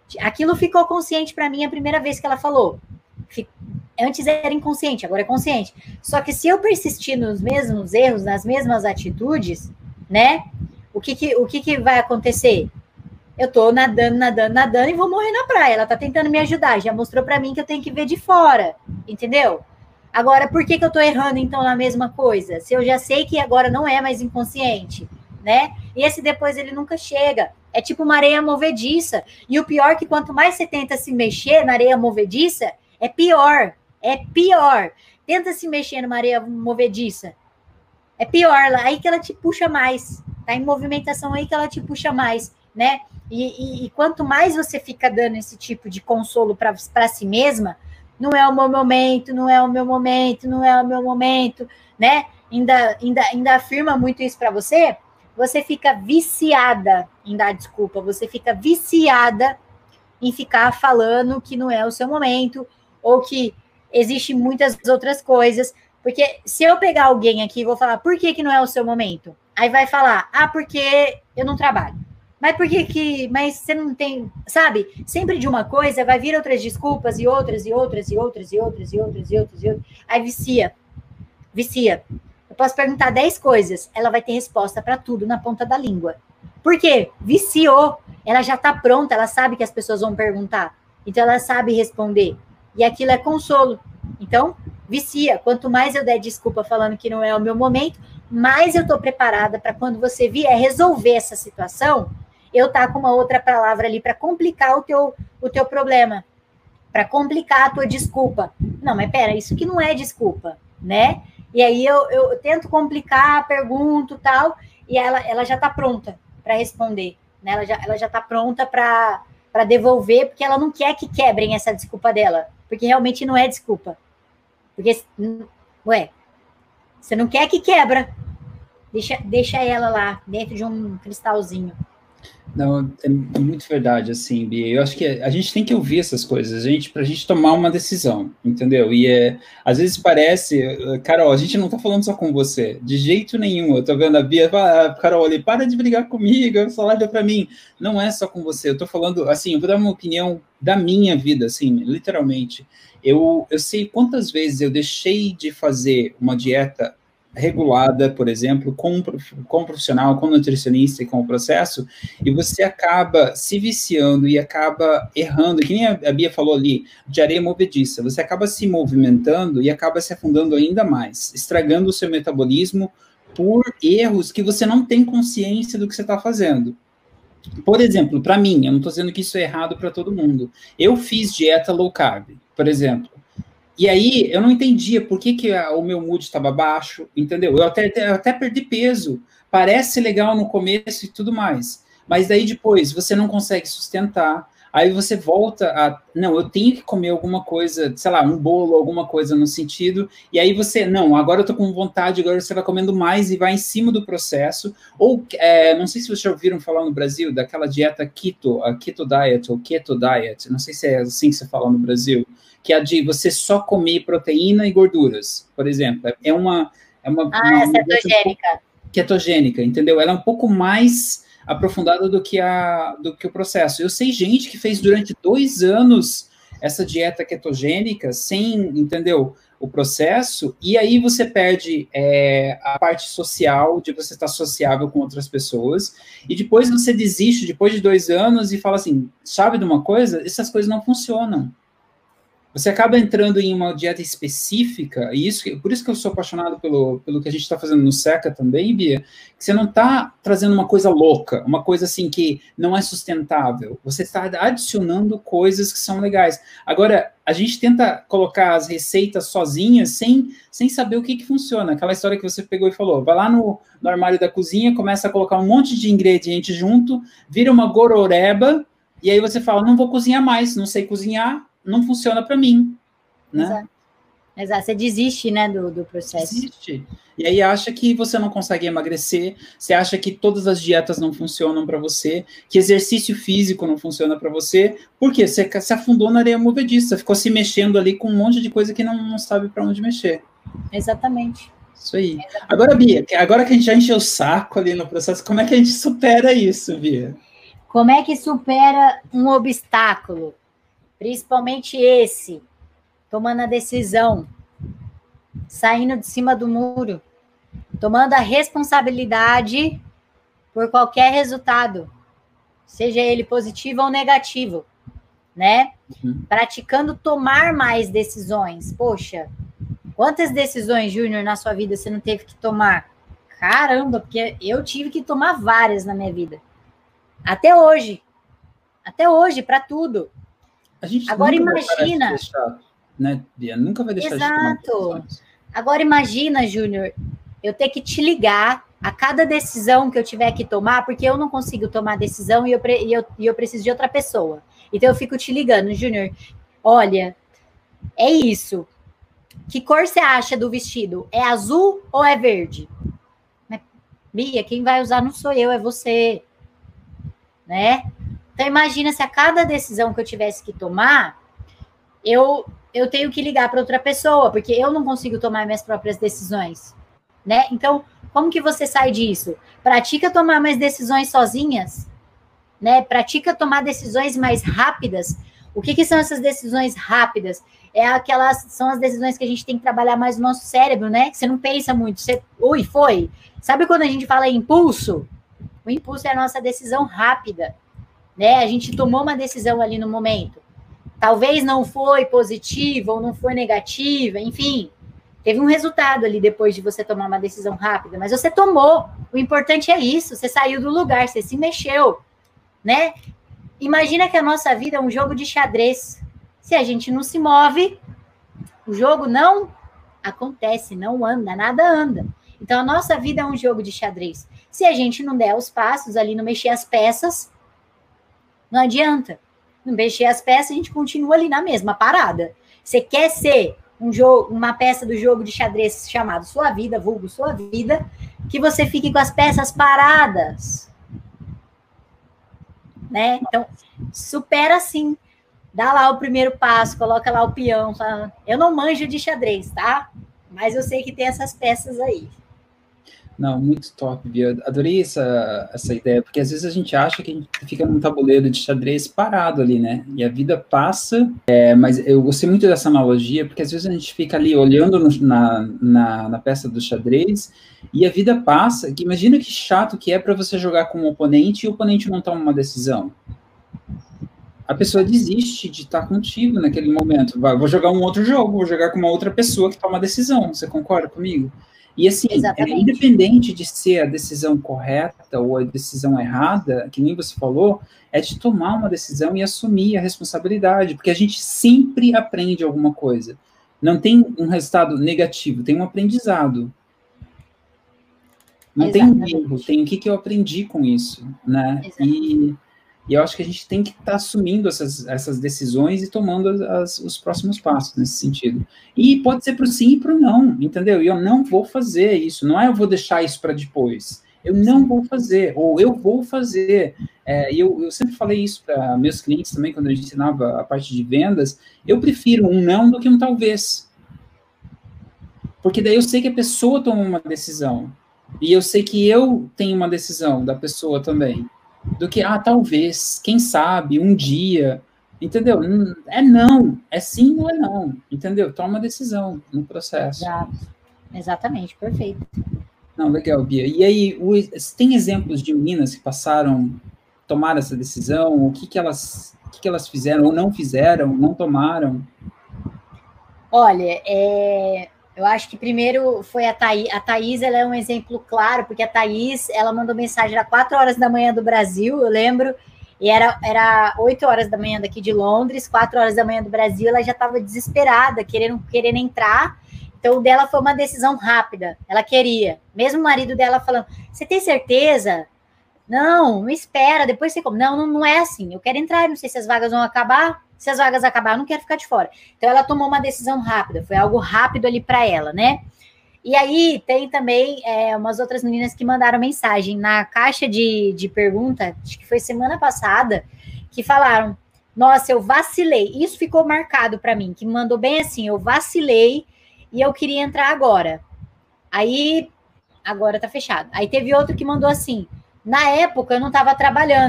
Aquilo ficou consciente para mim a primeira vez que ela falou. Antes era inconsciente, agora é consciente. Só que se eu persistir nos mesmos erros, nas mesmas atitudes, né? O que vai acontecer? Eu tô nadando e vou morrer na praia. Ela tá tentando me ajudar, já mostrou para mim que eu tenho que ver de fora, entendeu? Agora, por que eu tô errando, então, na mesma coisa? Se eu já sei que agora não é mais inconsciente, né? E esse depois, ele nunca chega. É tipo uma areia movediça. E o pior é que quanto mais você tenta se mexer na areia movediça, é pior. É pior. Tenta se mexer numa areia movediça. É pior. Aí que ela te puxa mais. Tá em movimentação aí que ela te puxa mais, né? E quanto mais você fica dando esse tipo de consolo para si mesma, não é o meu momento, não é o meu momento, não é o meu momento, né? Ainda afirma muito isso para você, você fica viciada em dar desculpa, você fica viciada em ficar falando que não é o seu momento, ou que existe muitas outras coisas, porque se eu pegar alguém aqui e vou falar, por que não é o seu momento? Aí vai falar, porque eu não trabalho. Mas por que mas você não tem, sabe? Sempre de uma coisa vai vir outras desculpas e outras. Aí vicia. Eu posso perguntar 10 coisas, ela vai ter resposta para tudo na ponta da língua. Por quê? Viciou. Ela já está pronta, ela sabe que as pessoas vão perguntar. Então ela sabe responder. E aquilo é consolo. Então, vicia. Quanto mais eu der desculpa falando que não é o meu momento, mais eu estou preparada para quando você vier resolver essa situação, eu tá com uma outra palavra ali para complicar o teu problema, para complicar a tua desculpa. Não, mas pera, isso que não é desculpa, né? E aí eu tento complicar, pergunto tal, e ela já tá pronta para responder, né? Ela já tá pronta para devolver, porque ela não quer que quebrem essa desculpa dela, porque realmente não é desculpa. Porque, você não quer que quebra, deixa ela lá, dentro de um cristalzinho. Não, é muito verdade, assim, Bia. Eu acho que a gente tem que ouvir essas coisas, para a gente tomar uma decisão, entendeu? E às vezes parece, Carol, a gente não tá falando só com você, de jeito nenhum. Eu tô vendo a Bia, Carol, ali, para de brigar comigo, falar para mim. Não é só com você, eu tô falando, assim, eu vou dar uma opinião da minha vida, assim, literalmente. Eu sei quantas vezes eu deixei de fazer uma dieta regulada, por exemplo, com um profissional, com um nutricionista e com o processo, e você acaba se viciando e acaba errando, que nem a Bia falou ali, de areia movediça, você acaba se movimentando e acaba se afundando ainda mais, estragando o seu metabolismo por erros que você não tem consciência do que você está fazendo. Por exemplo, para mim, eu não estou dizendo que isso é errado para todo mundo, eu fiz dieta low carb, por exemplo, e aí, eu não entendia por que o meu mood estava baixo, entendeu? Eu até perdi peso. Parece legal no começo e tudo mais. Mas daí depois, você não consegue sustentar. Aí você volta a... Não, eu tenho que comer alguma coisa, sei lá, um bolo, alguma coisa no sentido. E aí você... Não, agora eu tô com vontade, agora você vai comendo mais e vai em cima do processo. Ou, não sei se vocês já ouviram falar no Brasil, daquela dieta keto, a keto diet ou keto diet. Não sei se é assim que você fala no Brasil. Que é a de você só comer proteína e gorduras, por exemplo. É uma cetogênica. Ketogênica, entendeu? Ela é um pouco mais aprofundada do que o processo. Eu sei gente que fez durante 2 anos essa dieta ketogênica sem, entendeu, o processo, e aí você perde a parte social, de você estar sociável com outras pessoas, e depois você desiste, depois de 2 anos, e fala assim, sabe de uma coisa? Essas coisas não funcionam. Você acaba entrando em uma dieta específica, e por isso que eu sou apaixonado pelo que a gente está fazendo no Seca também, Bia, que você não está trazendo uma coisa louca, uma coisa assim que não é sustentável. Você está adicionando coisas que são legais. Agora, a gente tenta colocar as receitas sozinhas, sem saber o que funciona. Aquela história que você pegou e falou, vai lá no armário da cozinha, começa a colocar um monte de ingrediente junto, vira uma gororeba, e aí você fala, não vou cozinhar mais, não sei cozinhar, não funciona para mim, né? Exato. Você desiste, né, do processo. Desiste. E aí acha que você não consegue emagrecer, você acha que todas as dietas não funcionam para você, que exercício físico não funciona para você, porque você se afundou na areia movediça, ficou se mexendo ali com um monte de coisa que não sabe para onde mexer. Exatamente. Isso aí. Agora, Bia, agora que a gente já encheu o saco ali no processo, como é que a gente supera isso, Bia? Como é que supera um obstáculo? Principalmente esse, tomando a decisão, saindo de cima do muro, tomando a responsabilidade por qualquer resultado, seja ele positivo ou negativo, né? Praticando tomar mais decisões. Poxa, quantas decisões, Júnior, na sua vida você não teve que tomar? Caramba, porque eu tive que tomar várias na minha vida. Até hoje, para tudo. A gente agora imagina, de deixar, né, Bia? Nunca vai deixar exato. De tomar decisões. Agora imagina, Júnior, eu ter que te ligar a cada decisão que eu tiver que tomar, porque eu não consigo tomar decisão e eu preciso de outra pessoa. Então eu fico te ligando, Júnior, olha, é isso. Que cor você acha do vestido? É azul ou é verde? Bia, quem vai usar não sou eu, é você. Né? Então imagina se a cada decisão que eu tivesse que tomar, eu tenho que ligar para outra pessoa, porque eu não consigo tomar minhas próprias decisões, né? Então, como que você sai disso? Pratica tomar mais decisões sozinhas, né? Pratica tomar decisões mais rápidas. O que são essas decisões rápidas? São as decisões que a gente tem que trabalhar mais no nosso cérebro, né? Que você não pensa muito, foi. Sabe quando a gente fala impulso? O impulso é a nossa decisão rápida, né? A gente tomou uma decisão ali no momento. Talvez não foi positiva ou não foi negativa, enfim. Teve um resultado ali depois de você tomar uma decisão rápida, mas você tomou. O importante é isso, você saiu do lugar, você se mexeu, né? Imagina que a nossa vida é um jogo de xadrez. Se a gente não se move, o jogo não acontece, não anda, nada anda. Então, a nossa vida é um jogo de xadrez. Se a gente não der os passos ali, não mexer as peças, não adianta. Não mexer as peças, a gente continua ali na mesma parada. Você quer ser uma peça do jogo de xadrez chamado Sua Vida, vulgo Sua Vida, que você fique com as peças paradas. Né? Então, supera sim. Dá lá o primeiro passo, coloca lá o peão. Fala, eu não manjo de xadrez, tá? Mas eu sei que tem essas peças aí. Não, muito top, Bia. Adorei essa ideia, porque às vezes a gente acha que a gente fica num tabuleiro de xadrez parado ali, né? E a vida passa, mas eu gostei muito dessa analogia, porque às vezes a gente fica ali olhando na peça do xadrez e a vida passa. Imagina que chato que é para você jogar com um oponente e o oponente não toma uma decisão. A pessoa desiste de estar contigo naquele momento. Vou jogar um outro jogo, vou jogar com uma outra pessoa que toma a decisão. Você concorda comigo? E assim, independente de ser a decisão correta ou a decisão errada, que nem você falou, é de tomar uma decisão e assumir a responsabilidade, porque a gente sempre aprende alguma coisa. Não tem um resultado negativo, tem um aprendizado. Não tem um erro, tem o que eu aprendi com isso, né? E eu acho que a gente tem que estar assumindo essas decisões e tomando os próximos passos nesse sentido. E pode ser para o sim e para o não, entendeu? E eu não vou fazer isso. Não é eu vou deixar isso para depois. Eu não vou fazer, ou eu vou fazer. E eu sempre falei isso para meus clientes também, quando a gente ensinava a parte de vendas. Eu prefiro um não do que um talvez. Porque daí eu sei que a pessoa toma uma decisão. E eu sei que eu tenho uma decisão da pessoa também. Do que, talvez, quem sabe, um dia, entendeu? É não, é sim ou é não, entendeu? Toma uma decisão no processo. Exato. Exatamente, perfeito. Não, legal, Bia. E aí, tem exemplos de meninas que tomaram essa decisão? O que elas fizeram ou não fizeram, não tomaram? Olha, eu acho que primeiro foi a Thaís. A Thaís, ela é um exemplo claro, porque a Thaís, ela mandou mensagem às 4 horas da manhã do Brasil, eu lembro, e era 8 horas da manhã daqui de Londres, 4 horas da manhã do Brasil, ela já estava desesperada, querendo entrar. Então, o dela foi uma decisão rápida, ela queria. Mesmo o marido dela falando, você tem certeza? Não espera, depois você come. Não é assim, eu quero entrar, não sei se as vagas vão acabar. Se as vagas acabar, eu não quero ficar de fora. Então, ela tomou uma decisão rápida, foi algo rápido ali para ela, né? E aí, tem também umas outras meninas que mandaram mensagem na caixa de pergunta, acho que foi semana passada, que falaram, nossa, eu vacilei. Isso ficou marcado para mim, que mandou bem assim, eu vacilei e eu queria entrar agora. Aí, agora tá fechado. Aí teve outro que mandou assim, na época eu não estava trabalhando,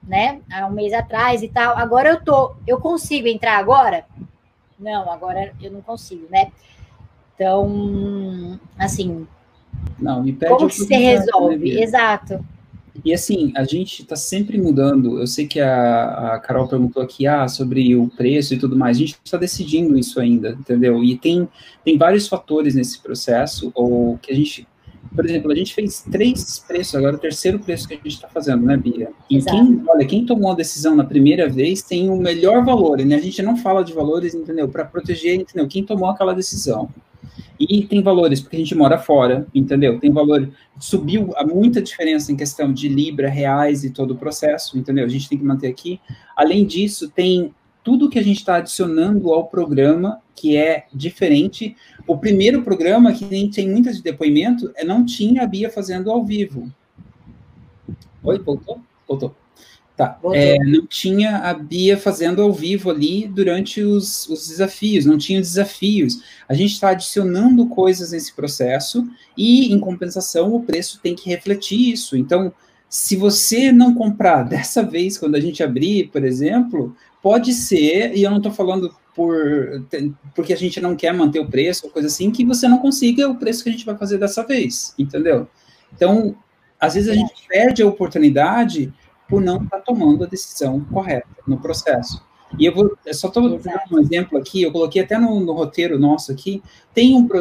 né? Há um mês atrás e tal. Agora eu consigo entrar agora? Não, agora eu não consigo, né? Então, assim, não, me pede como que se resolve? Né, exato. E assim, a gente está sempre mudando. Eu sei que a Carol perguntou aqui sobre o preço e tudo mais. A gente está decidindo isso ainda, entendeu? E tem vários fatores nesse processo, ou que a gente, por exemplo, a gente fez 3 preços, agora o terceiro preço que a gente está fazendo, né, Bia? E quem tomou a decisão na primeira vez tem o melhor valor, né? A gente não fala de valores, entendeu? Para proteger, entendeu? Quem tomou aquela decisão. E tem valores, porque a gente mora fora, entendeu? Tem valor, subiu muita diferença em questão de libra, reais e todo o processo, entendeu? A gente tem que manter aqui. Além disso, tem tudo que a gente está adicionando ao programa, que é diferente. O primeiro programa, que nem tem muitas de depoimento, não tinha a Bia fazendo ao vivo. Oi, voltou? Voltou. Tá. Não tinha a Bia fazendo ao vivo ali durante os desafios, não tinha desafios. A gente está adicionando coisas nesse processo e, em compensação, o preço tem que refletir isso. Então, se você não comprar dessa vez, quando a gente abrir, por exemplo, pode ser, e eu não estou falando porque a gente não quer manter o preço, ou coisa assim, que você não consiga o preço que a gente vai fazer dessa vez, entendeu? Então, às vezes a gente perde a oportunidade por não estar tomando a decisão correta no processo. E eu só estou dando um exemplo aqui, eu coloquei até no roteiro nosso aqui, tem um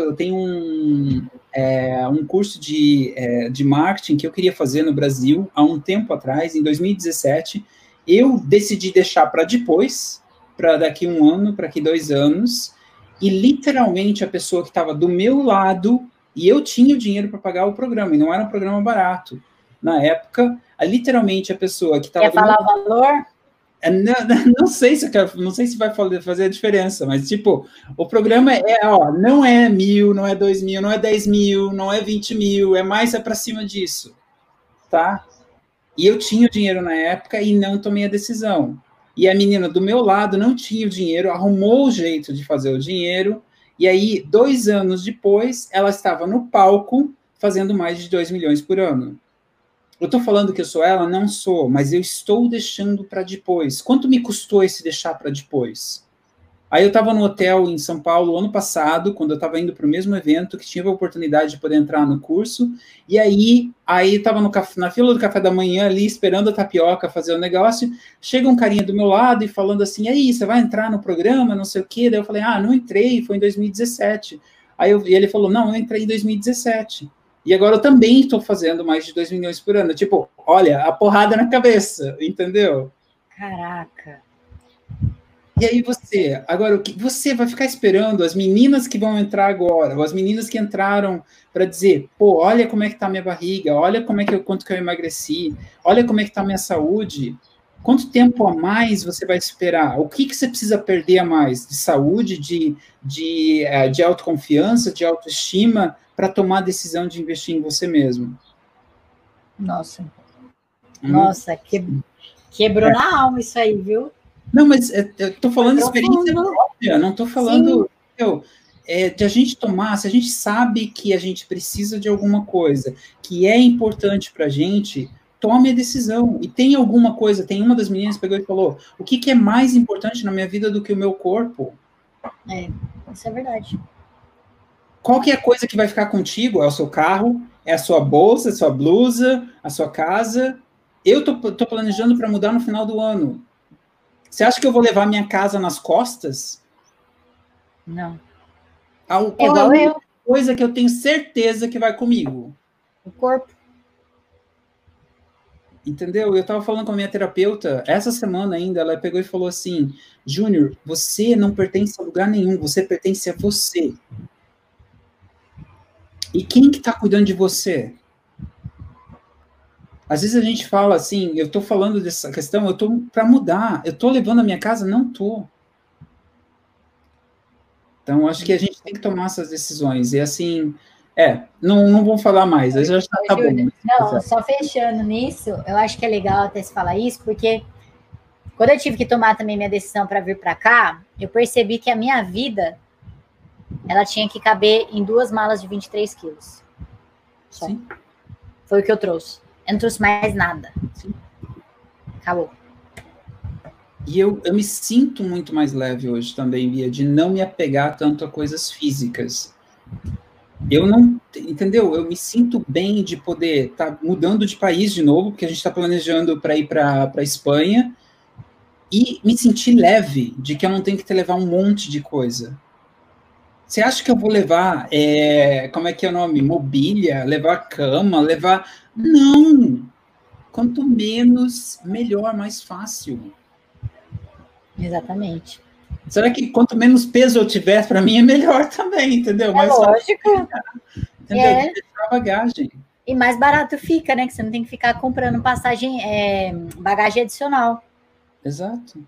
curso de marketing que eu queria fazer no Brasil há um tempo atrás, em 2017, eu decidi deixar para depois, para daqui 1 ano, para daqui 2 anos, e literalmente a pessoa que estava do meu lado, e eu tinha o dinheiro para pagar o programa, e não era um programa barato. Na época, literalmente a pessoa que estava... Quer falar o valor? Não sei se vai fazer a diferença, mas, tipo, o programa não é 1.000, não é 2.000, não é 10.000, não é 20.000, é para cima disso, tá? E eu tinha o dinheiro na época e não tomei a decisão. E a menina do meu lado não tinha o dinheiro, arrumou o jeito de fazer o dinheiro, e aí, 2 anos depois, ela estava no palco fazendo mais de 2 milhões por ano. Eu estou falando que eu sou ela? Não sou, mas eu estou deixando para depois. Quanto me custou esse deixar para depois? Aí eu estava no hotel em São Paulo ano passado, quando eu estava indo para o mesmo evento, que tive a oportunidade de poder entrar no curso, e aí estava na fila do café da manhã ali, esperando a tapioca fazer o negócio, chega um carinha do meu lado e falando assim, aí, você vai entrar no programa, não sei o quê? Daí eu falei, não entrei, foi em 2017. E ele falou, não, eu entrei em 2017. E agora eu também estou fazendo mais de 2 milhões por ano. Tipo, olha, a porrada na cabeça, entendeu? Caraca. E aí agora, o que você vai ficar esperando as meninas que vão entrar agora, ou as meninas que entraram para dizer, pô, olha como é que tá a minha barriga, olha quanto que eu emagreci, olha como é que tá a minha saúde. Quanto tempo a mais você vai esperar? O que você precisa perder a mais? De saúde, de autoconfiança, de autoestima, para tomar a decisão de investir em você mesmo? Nossa. Nossa, quebrou na alma isso aí, viu? Não, mas eu estou falando de experiência própria, não estou falando de a gente tomar, se a gente sabe que a gente precisa de alguma coisa que é importante para a gente, tome a decisão. E tem alguma coisa, tem uma das meninas que pegou e falou, o que é mais importante na minha vida do que o meu corpo? Isso é verdade. Qual que é a coisa que vai ficar contigo? É o seu carro? É a sua bolsa, a sua blusa, a sua casa? Eu tô planejando para mudar no final do ano. Você acha que eu vou levar minha casa nas costas? Não. É igual eu. Coisa que eu tenho certeza que vai comigo. O corpo. Entendeu? Eu estava falando com a minha terapeuta, essa semana ainda, ela pegou e falou assim, Júnior, você não pertence a lugar nenhum, você pertence a você. E quem que está cuidando de você? Às vezes a gente fala assim, eu estou falando dessa questão, eu estou para mudar, eu estou levando a minha casa? Não estou. Então, acho que a gente tem que tomar essas decisões. E assim, não vou falar mais, já está bom. Não, só fechando nisso, eu acho que é legal até se falar isso, porque quando eu tive que tomar também minha decisão para vir para cá, eu percebi que a minha vida, ela tinha que caber em 2 malas de 23 quilos. Só. Sim. Foi o que eu trouxe. Eu não trouxe mais nada. Sim. Acabou. E eu me sinto muito mais leve hoje também, Bia, de não me apegar tanto a coisas físicas. Eu não, entendeu? Eu me sinto bem de poder estar mudando de país de novo, porque a gente está planejando para ir para a Espanha, e me sentir leve de que eu não tenho que levar um monte de coisa. Você acha que eu vou levar, como é que é o nome? Mobília, levar cama, levar... Não! Quanto menos, melhor, mais fácil. Exatamente. Será que quanto menos peso eu tiver, para mim é melhor também, entendeu? É lógico. Entendeu? De bagagem. E mais barato fica, né? Que você não tem que ficar comprando bagagem adicional. Exato.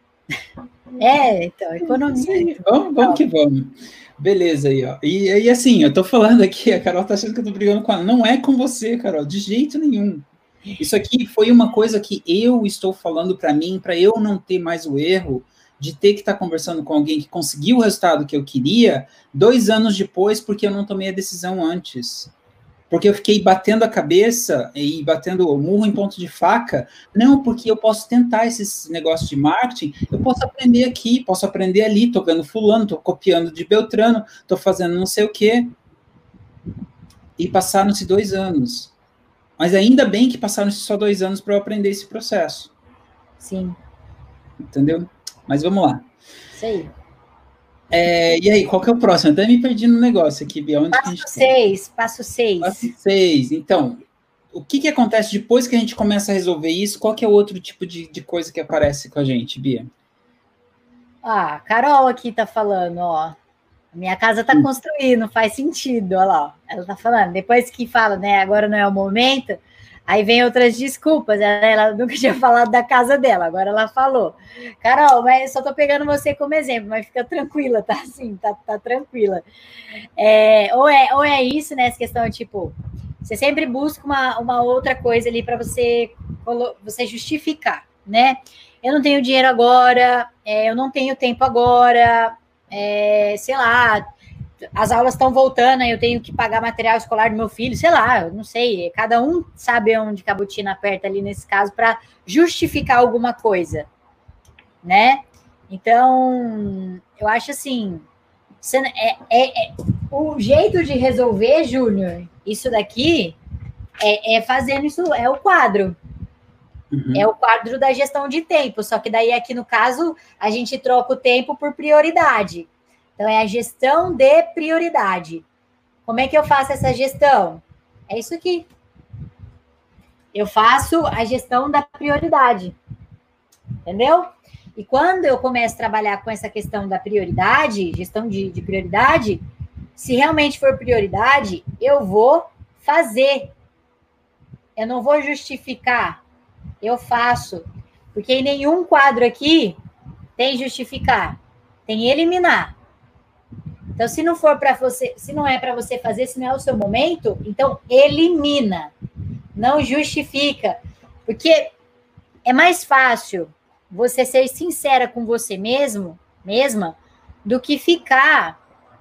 Então, economia. Vamos que vamos. Beleza aí, ó. E assim, eu tô falando aqui, a Carol tá achando que eu tô brigando com ela. Não é com você, Carol, de jeito nenhum. Isso aqui foi uma coisa que eu estou falando para mim, para eu não ter mais o erro de ter que estar conversando com alguém que conseguiu o resultado que eu queria 2 anos depois, porque eu não tomei a decisão antes. Porque eu fiquei batendo a cabeça e batendo o murro em ponto de faca. Não, porque eu posso tentar esses negócios de marketing, eu posso aprender aqui, posso aprender ali, estou vendo fulano, estou copiando de Beltrano, estou fazendo não sei o quê. E passaram-se 2 anos. Mas ainda bem que passaram-se só 2 anos para eu aprender esse processo. Sim. Entendeu? Mas vamos lá. Isso aí. E aí, qual que é o próximo? Eu até me perdi no negócio aqui, Bia. Onde passo 6. Passo 6. Então, o que acontece depois que a gente começa a resolver isso? Qual que é o outro tipo de coisa que aparece com a gente, Bia? A Carol aqui tá falando, ó. Minha casa tá construindo, faz sentido, olha lá. Ela tá falando, depois que fala, né, agora não é o momento, aí vem outras desculpas. Ela nunca tinha falado da casa dela, agora ela falou. Carol, mas só tô pegando você como exemplo, mas fica tranquila, tá assim, tá tranquila. Ou é isso, né, essa questão, tipo, você sempre busca uma outra coisa ali para você justificar, né? Eu não tenho dinheiro agora, eu não tenho tempo agora, sei lá, as aulas estão voltando, eu tenho que pagar material escolar do meu filho, sei lá, eu não sei, cada um sabe onde que a botina aperta ali nesse caso para justificar alguma coisa, né? Então, eu acho assim, o jeito de resolver, Júnior, isso daqui fazendo isso, é o quadro. Uhum. É o quadro da gestão de tempo, só que daí aqui no caso a gente troca o tempo por prioridade. Então é a gestão de prioridade. Como é que eu faço essa gestão? É isso aqui. Eu faço a gestão da prioridade. Entendeu? E quando eu começo a trabalhar com essa questão da prioridade, gestão de prioridade, se realmente for prioridade, eu vou fazer. Eu não vou justificar. Eu faço, porque em nenhum quadro aqui tem justificar, tem eliminar. Então, se não for para você, se não é para você fazer, se não é o seu momento, então elimina, não justifica, porque é mais fácil você ser sincera com você mesma, do que ficar,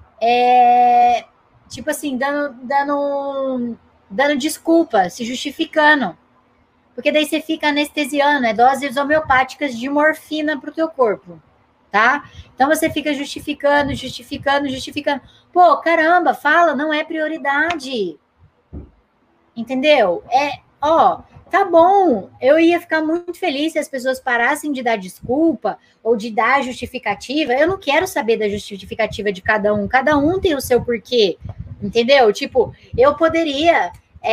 tipo assim, dando desculpa, se justificando. Porque daí você fica anestesiando, doses homeopáticas de morfina para o teu corpo, tá? Então você fica justificando. Pô, caramba, fala, não é prioridade. Entendeu? Tá bom, eu ia ficar muito feliz se as pessoas parassem de dar desculpa ou de dar justificativa. Eu não quero saber da justificativa de cada um tem o seu porquê, entendeu? Tipo, eu poderia,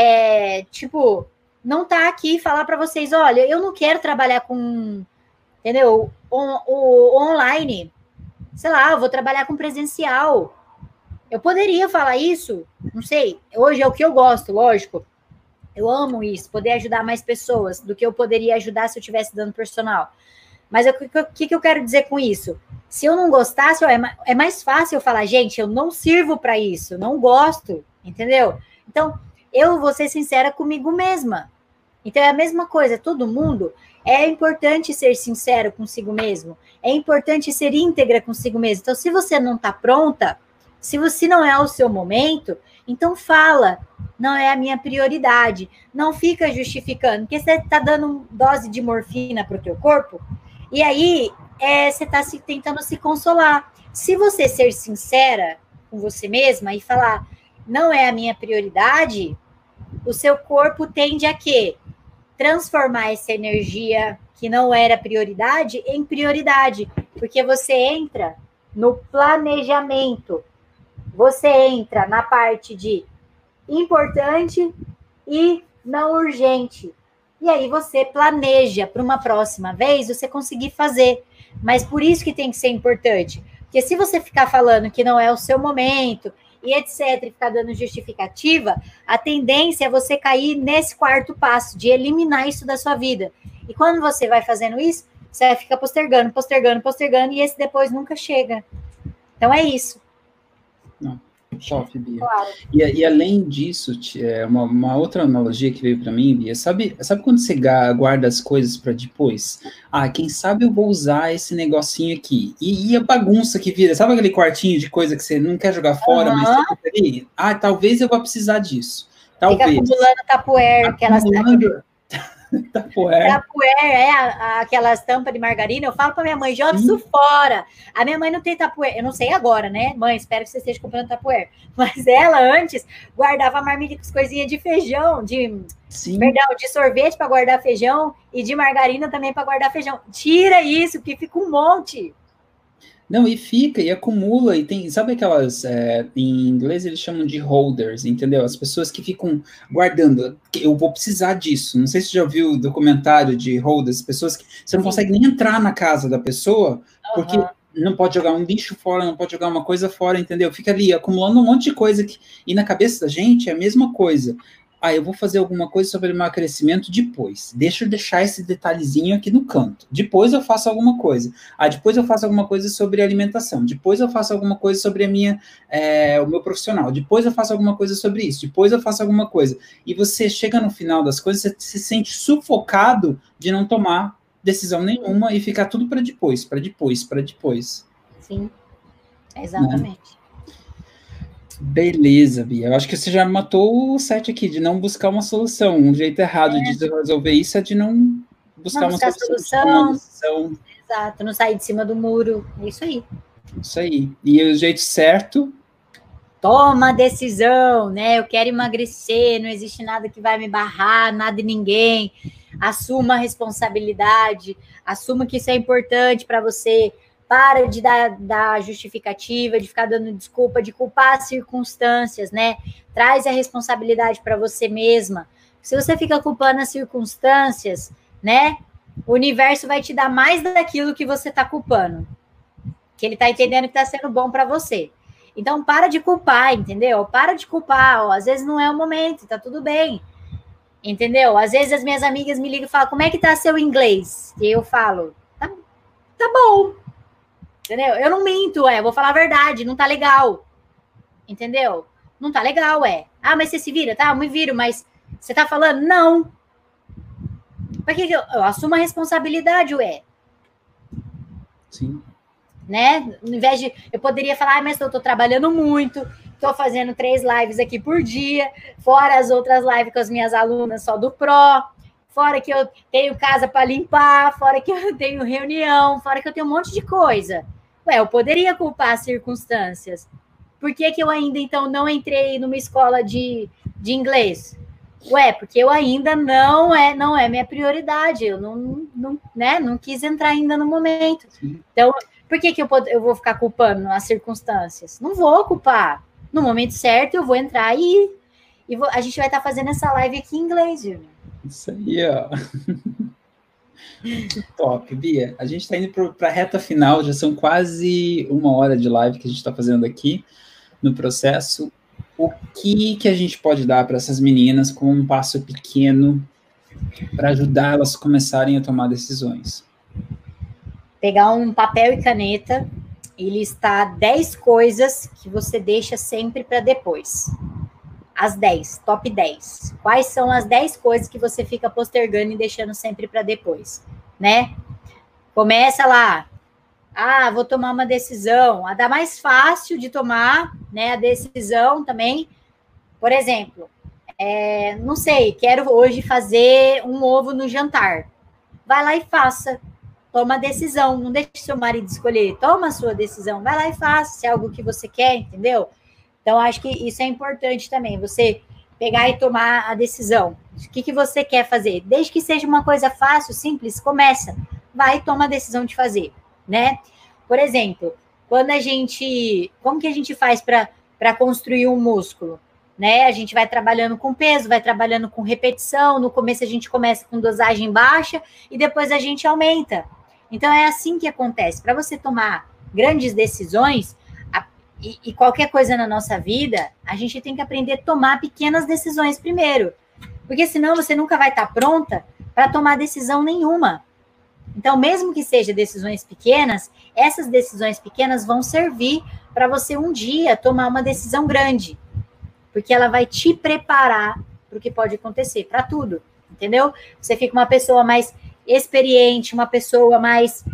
não tá aqui falar para vocês, olha, eu não quero trabalhar com, entendeu, o online, sei lá, eu vou trabalhar com presencial. Eu poderia falar isso, não sei, hoje é o que eu gosto, lógico, eu amo isso, poder ajudar mais pessoas do que eu poderia ajudar se eu estivesse dando personal. Mas o que eu quero dizer com isso? Se eu não gostasse, é mais fácil eu falar, gente, eu não sirvo para isso, não gosto, entendeu? Então, eu vou ser sincera comigo mesma. Então, é a mesma coisa, todo mundo, é importante ser sincero consigo mesmo, é importante ser íntegra consigo mesmo. Então, se você não está pronta, se você não é o seu momento, então fala, não é a minha prioridade. Não fica justificando, porque você está dando dose de morfina para o teu corpo, e aí você está tentando se consolar. Se você ser sincera com você mesma e falar, não é a minha prioridade, o seu corpo tende a quê? Transformar essa energia que não era prioridade em prioridade, porque você entra no planejamento, você entra na parte de importante e não urgente, e aí você planeja para uma próxima vez você conseguir fazer, mas por isso que tem que ser importante, porque se você ficar falando que não é o seu momento e etc, e ficar dando justificativa, a tendência é você cair nesse quarto passo, de eliminar isso da sua vida. E quando você vai fazendo isso, você vai ficar postergando, e esse depois nunca chega. Então é isso. Não, top, Bia. Claro. E além disso, uma outra analogia que veio para mim, Bia, sabe quando você guarda as coisas para depois? Quem sabe eu vou usar esse negocinho aqui. E a bagunça que vira, sabe aquele quartinho de coisa que você não quer jogar fora, mas você fica ali? Talvez eu vá precisar disso. Talvez. Fica acumulando tapuer, aquelas... Tapuer aquelas tampas de margarina. Eu falo para minha mãe, joga isso fora. A minha mãe não tem tapuer. Eu não sei agora, né? Mãe, espero que você esteja comprando tapuer. Mas ela antes guardava marmita com coisinhas de feijão, de sorvete para guardar feijão e de margarina também para guardar feijão. Tira isso, que fica um monte. Não, e fica, e acumula, e tem, sabe aquelas, em inglês eles chamam de holders, entendeu? As pessoas que ficam guardando, eu vou precisar disso. Não sei se você já viu o documentário de holders, pessoas que você não consegue nem entrar na casa da pessoa, porque não pode jogar um lixo fora, não pode jogar uma coisa fora, entendeu? Fica ali acumulando um monte de coisa, e na cabeça da gente é a mesma coisa. Eu vou fazer alguma coisa sobre emagrecimento depois. Deixa eu deixar esse detalhezinho aqui no canto. Depois eu faço alguma coisa. Depois eu faço alguma coisa sobre alimentação. Depois eu faço alguma coisa sobre o meu profissional. Depois eu faço alguma coisa sobre isso. Depois eu faço alguma coisa. E você chega no final das coisas, você se sente sufocado de não tomar decisão nenhuma e ficar tudo para depois, para depois, para depois. Sim, exatamente. Né? Beleza, Bia. Eu acho que você já matou o set aqui, de não buscar uma solução. Um jeito errado de resolver isso é de não buscar uma solução. Exato, não sair de cima do muro. É isso aí. Isso aí. E o jeito certo? Toma a decisão, né? Eu quero emagrecer, não existe nada que vai me barrar, nada e ninguém. Assuma a responsabilidade, assuma que isso é importante para você. Para de dar justificativa, de ficar dando desculpa, de culpar as circunstâncias, né? Traz a responsabilidade para você mesma. Se você fica culpando as circunstâncias, né? O universo vai te dar mais daquilo que você está culpando. Que ele está entendendo que está sendo bom para você. Então, para de culpar, entendeu? Para de culpar. Às vezes não é o momento, tá tudo bem. Entendeu? Às vezes as minhas amigas me ligam e falam, como é que tá seu inglês? E eu falo, tá bom. Entendeu? Eu não minto, vou falar a verdade, não tá legal. Entendeu? Não tá legal, mas você se vira, tá? Eu me viro, mas você tá falando? Não. Pra que eu assumo a responsabilidade, Sim. Né? Ao invés de... Eu poderia falar, mas eu tô trabalhando muito, tô fazendo 3 lives aqui por dia, fora as outras lives com as minhas alunas só do Pro, fora que eu tenho casa para limpar, fora que eu tenho reunião, fora que eu tenho um monte de coisa. Eu poderia culpar as circunstâncias. Por que eu ainda, então, não entrei numa escola de inglês? Porque eu ainda não é minha prioridade. Eu não quis entrar ainda no momento. Então, por que eu vou ficar culpando as circunstâncias? Não vou culpar. No momento certo, eu vou entrar e a gente vai estar fazendo essa live aqui em inglês, Júnior. Isso aí, ó. Top, Bia. A gente está indo para a reta final, já são quase 1 hora de live que a gente está fazendo aqui no processo. O que a gente pode dar para essas meninas como um passo pequeno para ajudar elas a começarem a tomar decisões? Pegar um papel e caneta e listar 10 coisas que você deixa sempre para depois. As 10, top 10. Quais são as 10 coisas que você fica postergando e deixando sempre para depois, né? Começa lá. Vou tomar uma decisão. A da mais fácil de tomar, né? A decisão também. Por exemplo, não sei, quero hoje fazer um ovo no jantar. Vai lá e faça. Toma a decisão, não deixe seu marido escolher. Toma a sua decisão, vai lá e faça, se é algo que você quer, entendeu? Então, acho que isso é importante também, você pegar e tomar a decisão. O que você quer fazer? Desde que seja uma coisa fácil, simples, começa. Vai e toma a decisão de fazer, né? Por exemplo, como que a gente faz para construir um músculo? Né? A gente vai trabalhando com peso, vai trabalhando com repetição. No começo a gente começa com dosagem baixa e depois a gente aumenta. Então é assim que acontece. Para você tomar grandes decisões e qualquer coisa na nossa vida, a gente tem que aprender a tomar pequenas decisões primeiro. Porque senão você nunca vai estar pronta para tomar decisão nenhuma. Então, mesmo que sejam decisões pequenas, essas decisões pequenas vão servir para você um dia tomar uma decisão grande. Porque ela vai te preparar para o que pode acontecer, para tudo, entendeu? Você fica uma pessoa mais experiente, uma pessoa mais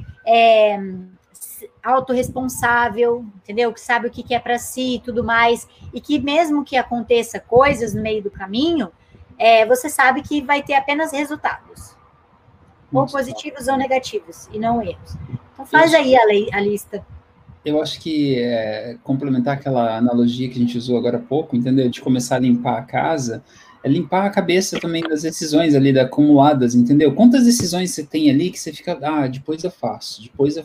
autorresponsável, entendeu? Que sabe o que é para si e tudo mais, e que mesmo que aconteça coisas no meio do caminho, você sabe que vai ter apenas resultados, ou positivos ou negativos, e não erros. Então faz aí a lista. Eu acho que complementar aquela analogia que a gente usou agora há pouco, entendeu? De começar a limpar a casa, limpar a cabeça também das decisões ali, acumuladas, entendeu? Quantas decisões você tem ali que você fica, depois eu faço.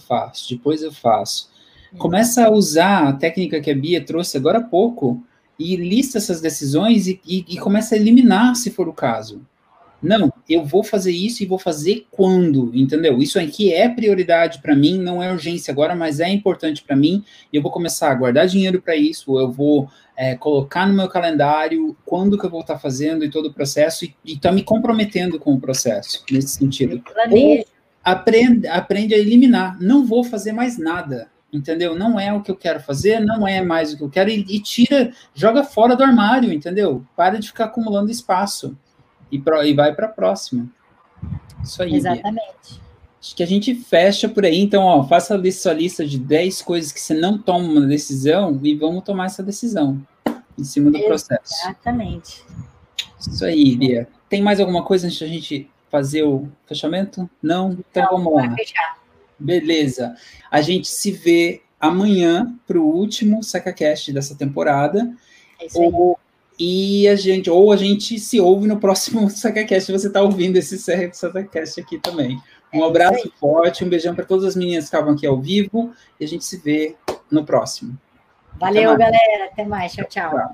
Começa a usar a técnica que a Bia trouxe agora há pouco e lista essas decisões e começa a eliminar, se for o caso. Não, eu vou fazer isso e vou fazer quando, entendeu? Isso aqui é prioridade para mim, não é urgência agora, mas é importante para mim, e eu vou começar a guardar dinheiro para isso, eu vou colocar no meu calendário quando que eu vou estar fazendo e todo o processo, e tá me comprometendo com o processo, nesse sentido. Ou aprende a eliminar, não vou fazer mais nada, entendeu? Não é o que eu quero fazer, não é mais o que eu quero, e tira, joga fora do armário, entendeu? Para de ficar acumulando espaço. E vai para a próxima. Isso aí. Exatamente. Bia. Acho que a gente fecha por aí. Então, faça a sua lista de 10 coisas que você não toma uma decisão e vamos tomar essa decisão em cima do processo. Exatamente. Isso aí, Bia. Tem mais alguma coisa antes da gente fazer o fechamento? Não? Então vamos lá. Fechar. Beleza. A gente se vê amanhã para o último SacaCast dessa temporada. É isso aí. E a gente se ouve no próximo SacaCast. Você está ouvindo esse SacaCast aqui também. Um abraço forte, um beijão para todas as meninas que estavam aqui ao vivo. E a gente se vê no próximo. Valeu, galera. Até mais. Tchau, tchau.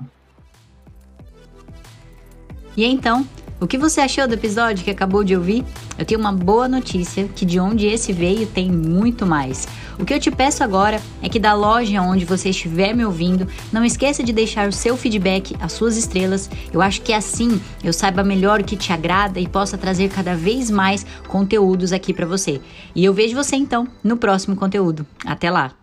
E então, o que você achou do episódio que acabou de ouvir? Eu tenho uma boa notícia, que de onde esse veio tem muito mais. O que eu te peço agora é que da loja onde você estiver me ouvindo, não esqueça de deixar o seu feedback, as suas estrelas. Eu acho que assim eu saiba melhor o que te agrada e possa trazer cada vez mais conteúdos aqui para você. E eu vejo você então no próximo conteúdo. Até lá!